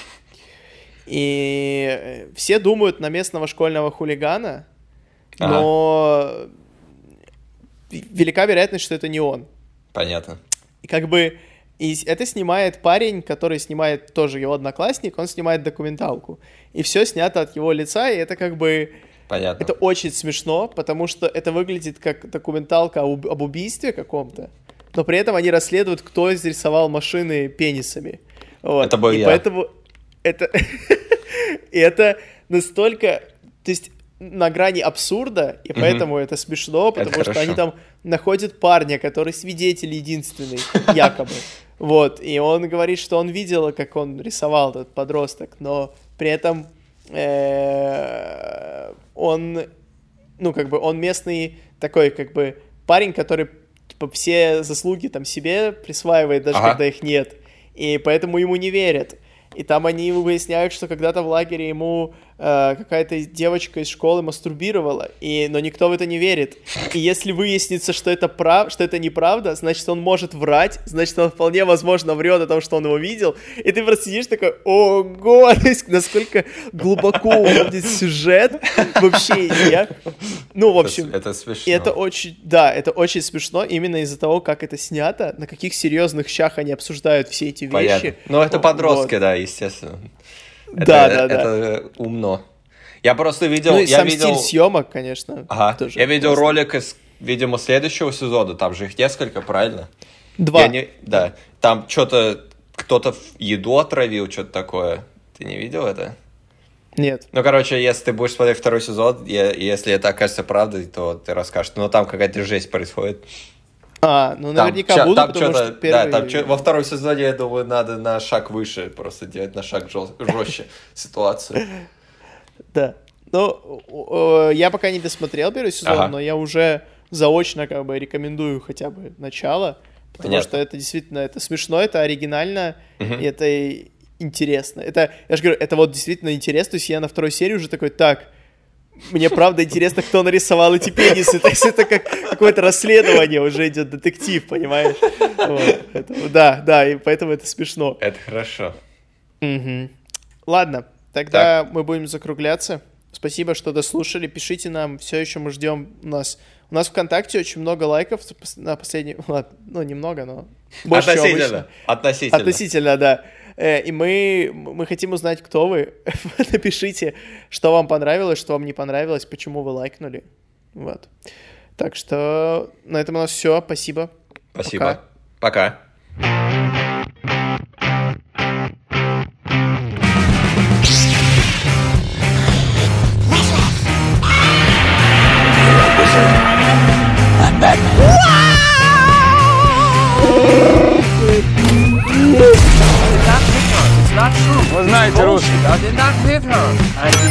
И все думают на местного школьного хулигана, но велика вероятность, что это не он. Понятно. И это снимает парень, который снимает тоже его одноклассник, он снимает документалку. И все снято от его лица, и это Понятно. Это очень смешно, потому что это выглядит как документалка об убийстве каком-то, но при этом они расследуют, кто изрисовал машины пенисами. Вот. Это был я. Поэтому это настолько, то есть на грани абсурда, и поэтому это смешно, потому что они там находят парня, который свидетель единственный, якобы. Вот, и он говорит, что он видел, как он рисовал этот подросток, но при этом он местный такой, парень, который все заслуги там себе присваивает, даже когда их нет, и поэтому ему не верят. И там они выясняют, что когда-то в лагере ему какая-то девочка из школы мастурбировала, но никто в это не верит. И если выяснится, что это неправда, значит, он может врать, значит, он вполне возможно врет о том, что он его видел, и ты просто сидишь такой, ого, насколько глубоко уходит сюжет вообще. Ну, в общем, это смешно. Это очень смешно именно из-за того, как это снято, на каких серьезных щах они обсуждают все эти вещи. Понятно. Ну, это подростки, да, естественно. Это умно. Я просто видел... Ну и сам стиль съемок, конечно. Ага. Я видел ролик из, видимо, следующего сезона. Там же их несколько, правильно? 2. Да. Там что-то... Кто-то еду отравил, что-то такое. Ты не видел это? Нет. Ну, короче, если ты будешь смотреть второй сезон, если это окажется правдой, то ты расскажешь. Но там какая-то жесть происходит. Ну наверняка буду, потому что первый... Да, во втором сезоне, я думаю, надо на шаг выше просто делать, на шаг жестче ситуацию. Да. Ну, я пока не досмотрел первый сезон, но я уже заочно как бы рекомендую хотя бы начало, потому что это действительно, это смешно, это оригинально, и это интересно. Я же говорю, это вот действительно интересно, то есть я на второй серии уже такой, так... Мне правда интересно, кто нарисовал эти пенисы. То есть это как какое-то расследование, уже идет детектив, понимаешь? Вот. Да, и поэтому это смешно. Это хорошо. Ладно, тогда мы будем закругляться. Спасибо, что дослушали. Пишите нам, все еще мы ждем У нас ВКонтакте очень много лайков на последний... Ну, немного, но больше, чем обычно. Относительно, да. И мы хотим узнать, кто вы. Напишите, что вам понравилось, что вам не понравилось, почему вы лайкнули. Вот. Так что на этом у нас все. Спасибо. Спасибо. Пока. Вы знаете русский.